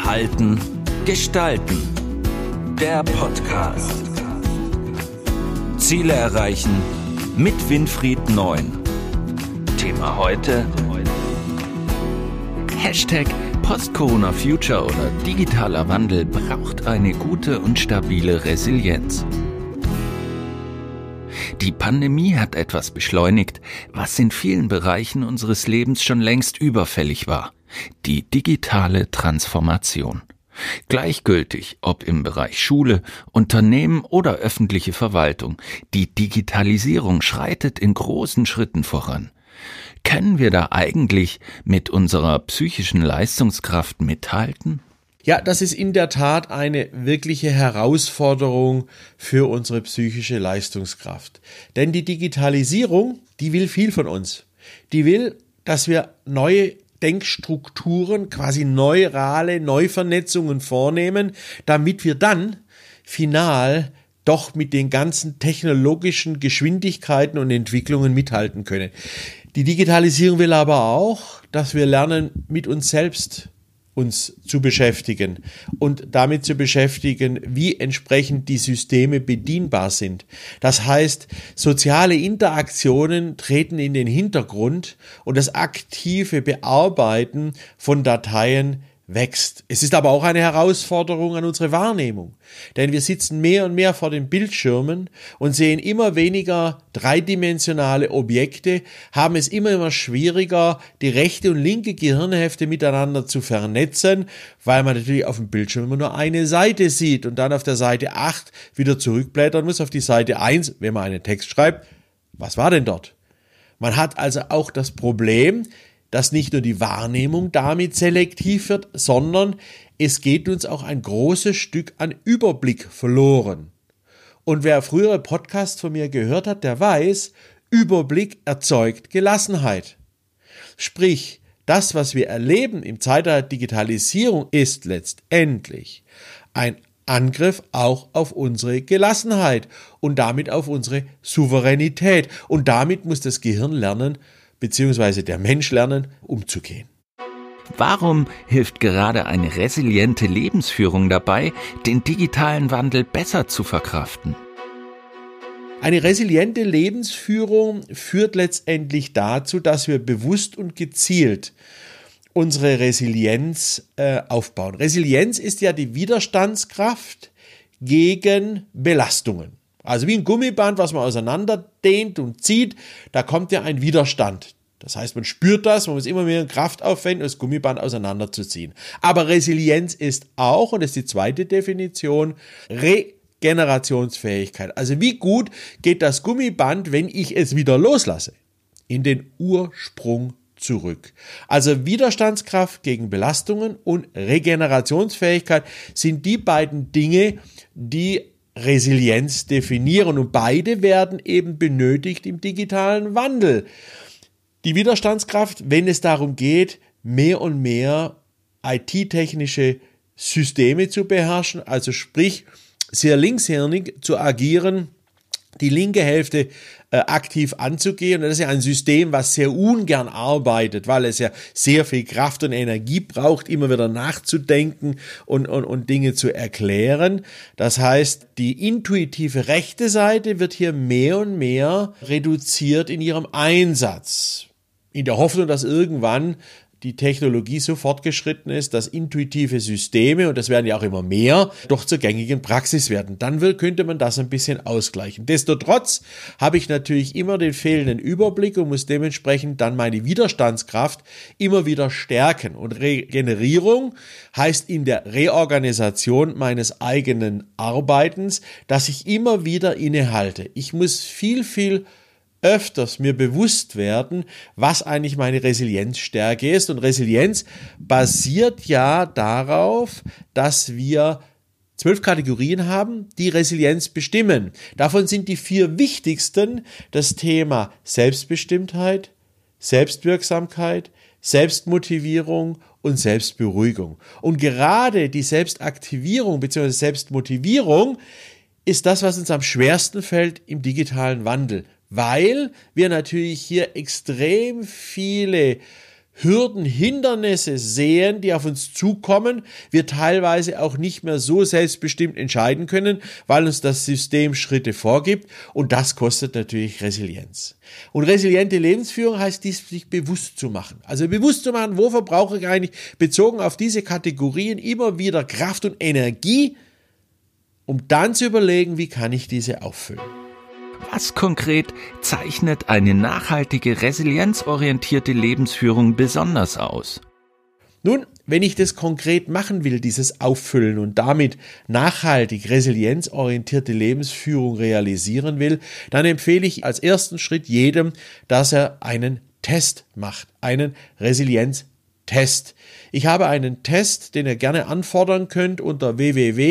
Halten, Gestalten. Der Podcast. Ziele erreichen mit Winfried Neun. Thema heute: Hashtag Post-Corona-Future oder digitaler Wandel braucht eine gute und stabile Resilienz. Die Pandemie hat etwas beschleunigt, was in vielen Bereichen unseres Lebens schon längst überfällig war: die digitale Transformation. Gleichgültig, ob im Bereich Schule, Unternehmen oder öffentliche Verwaltung, die Digitalisierung schreitet in großen Schritten voran. Können wir da eigentlich mit unserer psychischen Leistungskraft mithalten? Ja, das ist in der Tat eine wirkliche Herausforderung für unsere psychische Leistungskraft. Denn die Digitalisierung, die will viel von uns. Die will, dass wir neue Denkstrukturen, quasi neurale Neuvernetzungen vornehmen, damit wir dann final doch mit den ganzen technologischen Geschwindigkeiten und Entwicklungen mithalten können. Die Digitalisierung will aber auch, dass wir lernen, mit uns selbst uns zu beschäftigen und damit zu beschäftigen, wie entsprechend die Systeme bedienbar sind. Das heißt, soziale Interaktionen treten in den Hintergrund und das aktive Bearbeiten von Dateien wächst. Es ist aber auch eine Herausforderung an unsere Wahrnehmung, denn wir sitzen mehr und mehr vor den Bildschirmen und sehen immer weniger dreidimensionale Objekte, haben es immer schwieriger, die rechte und linke Gehirnhälfte miteinander zu vernetzen, weil man natürlich auf dem Bildschirm immer nur eine Seite sieht und dann auf der Seite 8 wieder zurückblättern muss auf die Seite 1, wenn man einen Text schreibt. Was war denn dort? Man hat also auch das Problem, dass nicht nur die Wahrnehmung damit selektiv wird, sondern es geht uns auch ein großes Stück an Überblick verloren. Und wer frühere Podcasts von mir gehört hat, der weiß, Überblick erzeugt Gelassenheit. Sprich, das, was wir erleben im Zeitalter der Digitalisierung, ist letztendlich ein Angriff auch auf unsere Gelassenheit und damit auf unsere Souveränität. Und damit muss das Gehirn lernen, beziehungsweise der Mensch lernen, umzugehen. Warum hilft gerade eine resiliente Lebensführung dabei, den digitalen Wandel besser zu verkraften? Eine resiliente Lebensführung führt letztendlich dazu, dass wir bewusst und gezielt unsere Resilienz aufbauen. Resilienz ist ja die Widerstandskraft gegen Belastungen. Also wie ein Gummiband, was man auseinanderdehnt und zieht, da kommt ja ein Widerstand. Das heißt, man spürt das, man muss immer mehr Kraft aufwenden, das Gummiband auseinanderzuziehen. Aber Resilienz ist auch, und das ist die zweite Definition, Regenerationsfähigkeit. Also wie gut geht das Gummiband, wenn ich es wieder loslasse? In den Ursprung zurück. Also Widerstandskraft gegen Belastungen und Regenerationsfähigkeit sind die beiden Dinge, die Resilienz definieren, und beide werden eben benötigt im digitalen Wandel. Die Widerstandskraft, wenn es darum geht, mehr und mehr IT-technische Systeme zu beherrschen, also sprich sehr linkshirnig zu agieren, die linke Hälfte aktiv anzugehen. Und das ist ja ein System, was sehr ungern arbeitet, weil es ja sehr viel Kraft und Energie braucht, immer wieder nachzudenken und Dinge zu erklären. Das heißt, die intuitive rechte Seite wird hier mehr und mehr reduziert in ihrem Einsatz, in der Hoffnung, dass irgendwann die Technologie so fortgeschritten ist, dass intuitive Systeme, und das werden ja auch immer mehr, doch zur gängigen Praxis werden. Dann könnte man das ein bisschen ausgleichen. Destotrotz habe ich natürlich immer den fehlenden Überblick und muss dementsprechend dann meine Widerstandskraft immer wieder stärken. Und Regenerierung heißt in der Reorganisation meines eigenen Arbeitens, dass ich immer wieder innehalte. Ich muss viel öfters mir bewusst werden, was eigentlich meine Resilienzstärke ist. Und Resilienz basiert ja darauf, dass wir 12 Kategorien haben, die Resilienz bestimmen. Davon sind die 4 wichtigsten das Thema Selbstbestimmtheit, Selbstwirksamkeit, Selbstmotivierung und Selbstberuhigung. Und gerade die Selbstaktivierung bzw. Selbstmotivierung ist das, was uns am schwersten fällt im digitalen Wandel, weil wir natürlich hier extrem viele Hürden, Hindernisse sehen, die auf uns zukommen, wir teilweise auch nicht mehr so selbstbestimmt entscheiden können, weil uns das System Schritte vorgibt, und das kostet natürlich Resilienz. Und resiliente Lebensführung heißt dies, sich bewusst zu machen. Also bewusst zu machen, wofür brauche ich eigentlich bezogen auf diese Kategorien immer wieder Kraft und Energie, um dann zu überlegen, wie kann ich diese auffüllen. Was konkret zeichnet eine nachhaltige, resilienzorientierte Lebensführung besonders aus? Nun, wenn ich das konkret machen will, dieses Auffüllen und damit nachhaltig resilienzorientierte Lebensführung realisieren will, dann empfehle ich als ersten Schritt jedem, dass er einen Test macht, einen Resilienztest. Ich habe einen Test, den ihr gerne anfordern könnt unter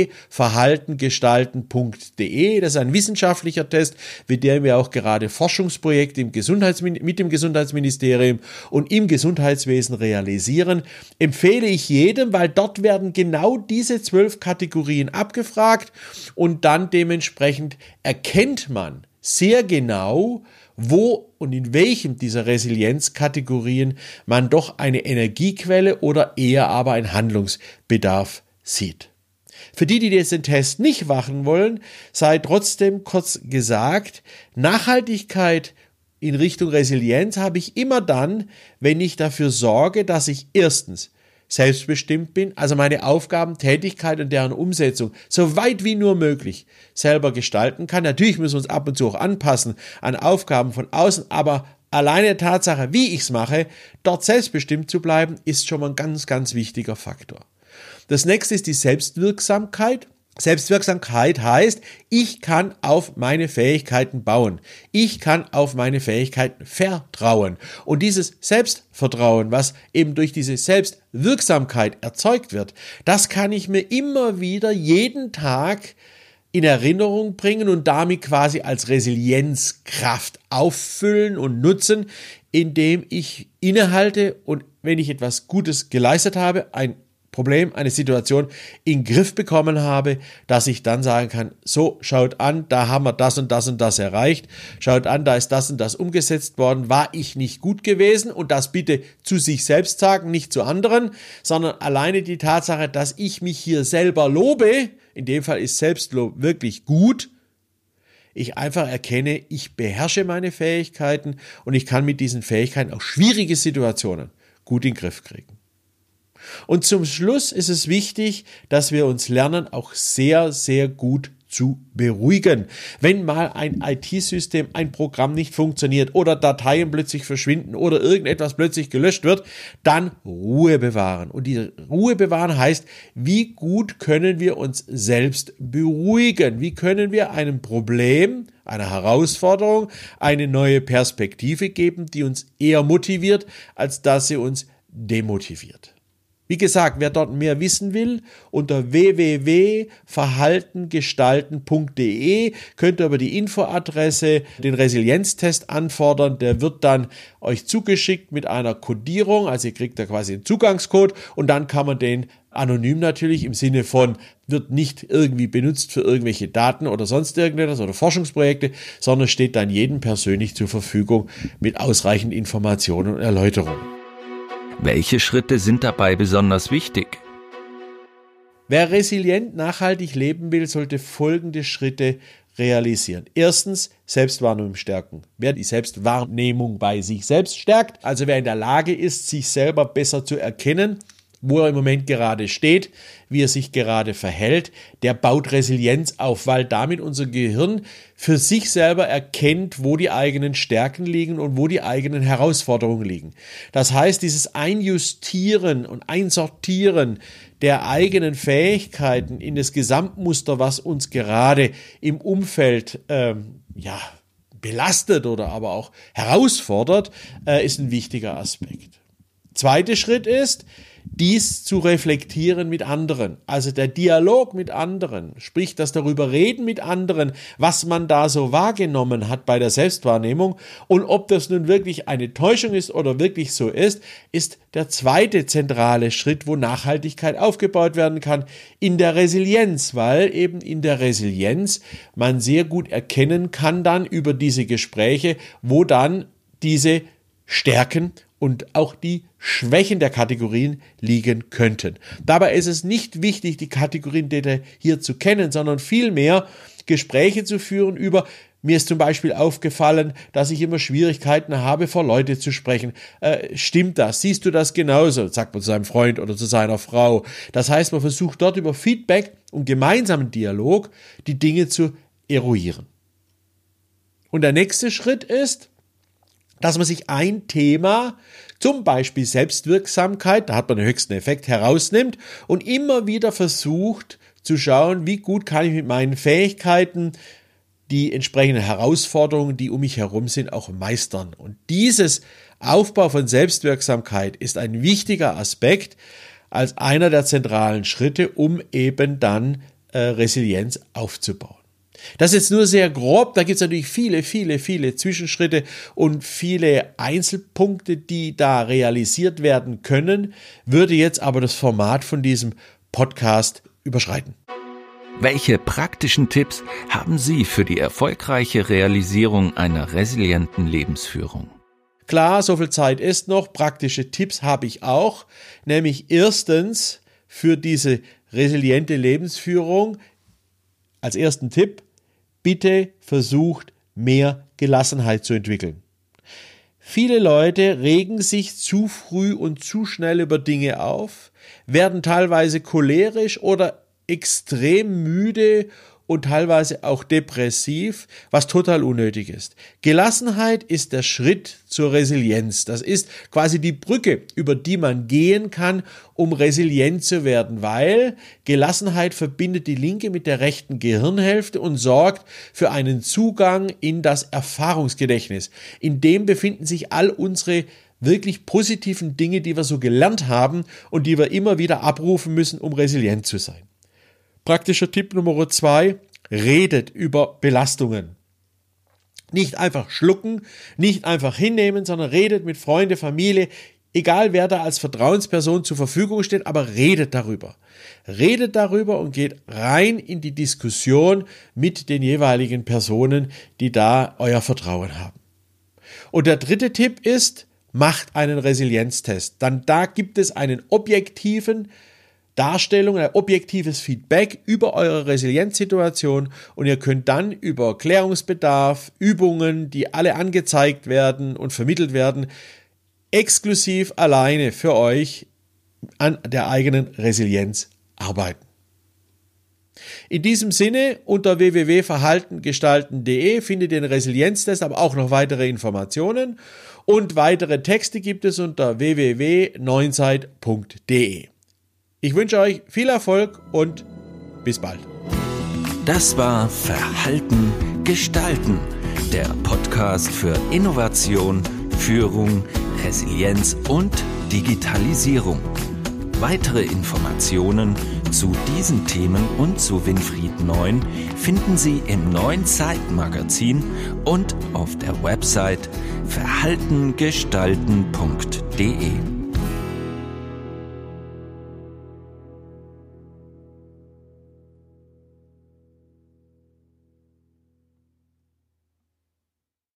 www.verhaltengestalten.de. Das ist ein wissenschaftlicher Test, mit dem wir auch gerade Forschungsprojekte mit dem Gesundheitsministerium und im Gesundheitswesen realisieren. Empfehle ich jedem, weil dort werden genau diese 12 Kategorien abgefragt und dann dementsprechend erkennt man sehr genau, wo und in welchem dieser Resilienzkategorien man doch eine Energiequelle oder eher aber einen Handlungsbedarf sieht. Für die jetzt den Test nicht machen wollen, sei trotzdem kurz gesagt, Nachhaltigkeit in Richtung Resilienz habe ich immer dann, wenn ich dafür sorge, dass ich erstens selbstbestimmt bin, also meine Aufgaben, Tätigkeit und deren Umsetzung so weit wie nur möglich selber gestalten kann. Natürlich müssen wir uns ab und zu auch anpassen an Aufgaben von außen, aber alleine die Tatsache, wie ich es mache, dort selbstbestimmt zu bleiben, ist schon mal ein ganz, ganz wichtiger Faktor. Das nächste ist die Selbstwirksamkeit. Selbstwirksamkeit heißt, ich kann auf meine Fähigkeiten bauen. Ich kann auf meine Fähigkeiten vertrauen. Und dieses Selbstvertrauen, was eben durch diese Selbstwirksamkeit erzeugt wird, das kann ich mir immer wieder jeden Tag in Erinnerung bringen und damit quasi als Resilienzkraft auffüllen und nutzen, indem ich innehalte und wenn ich etwas Gutes geleistet habe, ein Problem, eine Situation in den Griff bekommen habe, dass ich dann sagen kann, so, schaut an, da haben wir das und das und das erreicht, schaut an, da ist das und das umgesetzt worden, war ich nicht gut gewesen, und das bitte zu sich selbst sagen, nicht zu anderen, sondern alleine die Tatsache, dass ich mich hier selber lobe, in dem Fall ist Selbstlob wirklich gut, ich einfach erkenne, ich beherrsche meine Fähigkeiten und ich kann mit diesen Fähigkeiten auch schwierige Situationen gut in den Griff kriegen. Und zum Schluss ist es wichtig, dass wir uns lernen, auch sehr, sehr gut zu beruhigen. Wenn mal ein IT-System, ein Programm nicht funktioniert oder Dateien plötzlich verschwinden oder irgendetwas plötzlich gelöscht wird, dann Ruhe bewahren. Und die Ruhe bewahren heißt, wie gut können wir uns selbst beruhigen? Wie können wir einem Problem, einer Herausforderung, eine neue Perspektive geben, die uns eher motiviert, als dass sie uns demotiviert? Wie gesagt, wer dort mehr wissen will, unter www.verhaltengestalten.de könnt ihr über die Infoadresse den Resilienztest anfordern. Der wird dann euch zugeschickt mit einer Codierung, also ihr kriegt da quasi einen Zugangscode und dann kann man den anonym natürlich im Sinne von, wird nicht irgendwie benutzt für irgendwelche Daten oder sonst irgendetwas oder Forschungsprojekte, sondern steht dann jedem persönlich zur Verfügung mit ausreichend Informationen und Erläuterungen. Welche Schritte sind dabei besonders wichtig? Wer resilient nachhaltig leben will, sollte folgende Schritte realisieren. Erstens, Selbstwahrnehmung stärken. Wer die Selbstwahrnehmung bei sich selbst stärkt, also wer in der Lage ist, sich selber besser zu erkennen, wo er im Moment gerade steht, wie er sich gerade verhält, der baut Resilienz auf, weil damit unser Gehirn für sich selber erkennt, wo die eigenen Stärken liegen und wo die eigenen Herausforderungen liegen. Das heißt, dieses Einjustieren und Einsortieren der eigenen Fähigkeiten in das Gesamtmuster, was uns gerade im Umfeld belastet oder aber auch herausfordert, ist ein wichtiger Aspekt. Zweiter Schritt ist, dies zu reflektieren mit anderen. Also der Dialog mit anderen, sprich das darüber reden mit anderen, was man da so wahrgenommen hat bei der Selbstwahrnehmung und ob das nun wirklich eine Täuschung ist oder wirklich so ist der zweite zentrale Schritt, wo Nachhaltigkeit aufgebaut werden kann in der Resilienz, weil eben in der Resilienz man sehr gut erkennen kann dann über diese Gespräche, wo dann diese Stärken und auch die Schwächen der Kategorien liegen könnten. Dabei ist es nicht wichtig, die Kategorien hier zu kennen, sondern vielmehr Gespräche zu führen über: Mir ist zum Beispiel aufgefallen, dass ich immer Schwierigkeiten habe, vor Leute zu sprechen. Stimmt das? Siehst du das genauso? Sagt man zu seinem Freund oder zu seiner Frau. Das heißt, man versucht dort über Feedback und gemeinsamen Dialog die Dinge zu eruieren. Und der nächste Schritt ist, dass man sich ein Thema, zum Beispiel Selbstwirksamkeit, da hat man den höchsten Effekt, herausnimmt und immer wieder versucht zu schauen, wie gut kann ich mit meinen Fähigkeiten die entsprechenden Herausforderungen, die um mich herum sind, auch meistern. Und dieses Aufbau von Selbstwirksamkeit ist ein wichtiger Aspekt als einer der zentralen Schritte, um eben dann Resilienz aufzubauen. Das ist jetzt nur sehr grob, da gibt es natürlich viele Zwischenschritte und viele Einzelpunkte, die da realisiert werden können, würde jetzt aber das Format von diesem Podcast überschreiten. Welche praktischen Tipps haben Sie für die erfolgreiche Realisierung einer resilienten Lebensführung? Klar, so viel Zeit ist noch. Praktische Tipps habe ich auch. Nämlich erstens für diese resiliente Lebensführung als ersten Tipp: Bitte versucht, mehr Gelassenheit zu entwickeln. Viele Leute regen sich zu früh und zu schnell über Dinge auf, werden teilweise cholerisch oder extrem müde und teilweise auch depressiv, was total unnötig ist. Gelassenheit ist der Schritt zur Resilienz. Das ist quasi die Brücke, über die man gehen kann, um resilient zu werden, weil Gelassenheit verbindet die linke mit der rechten Gehirnhälfte und sorgt für einen Zugang in das Erfahrungsgedächtnis. In dem befinden sich all unsere wirklich positiven Dinge, die wir so gelernt haben und die wir immer wieder abrufen müssen, um resilient zu sein. Praktischer Tipp Nummer 2, redet über Belastungen. Nicht einfach schlucken, nicht einfach hinnehmen, sondern redet mit Freunden, Familie, egal wer da als Vertrauensperson zur Verfügung steht, aber redet darüber. Redet darüber und geht rein in die Diskussion mit den jeweiligen Personen, die da euer Vertrauen haben. Und der dritte Tipp ist, macht einen Resilienztest. Dann da gibt es einen objektiven Darstellung, ein objektives Feedback über eure Resilienzsituation und ihr könnt dann über Klärungsbedarf, Übungen, die alle angezeigt werden und vermittelt werden, exklusiv alleine für euch an der eigenen Resilienz arbeiten. In diesem Sinne, unter www.verhaltengestalten.de findet ihr den Resilienztest, aber auch noch weitere Informationen und weitere Texte gibt es unter www.neunzeit.de. Ich wünsche euch viel Erfolg und bis bald. Das war Verhalten gestalten, der Podcast für Innovation, Führung, Resilienz und Digitalisierung. Weitere Informationen zu diesen Themen und zu Winfried Neun finden Sie im Neuen Zeitmagazin und auf der Website verhaltengestalten.de.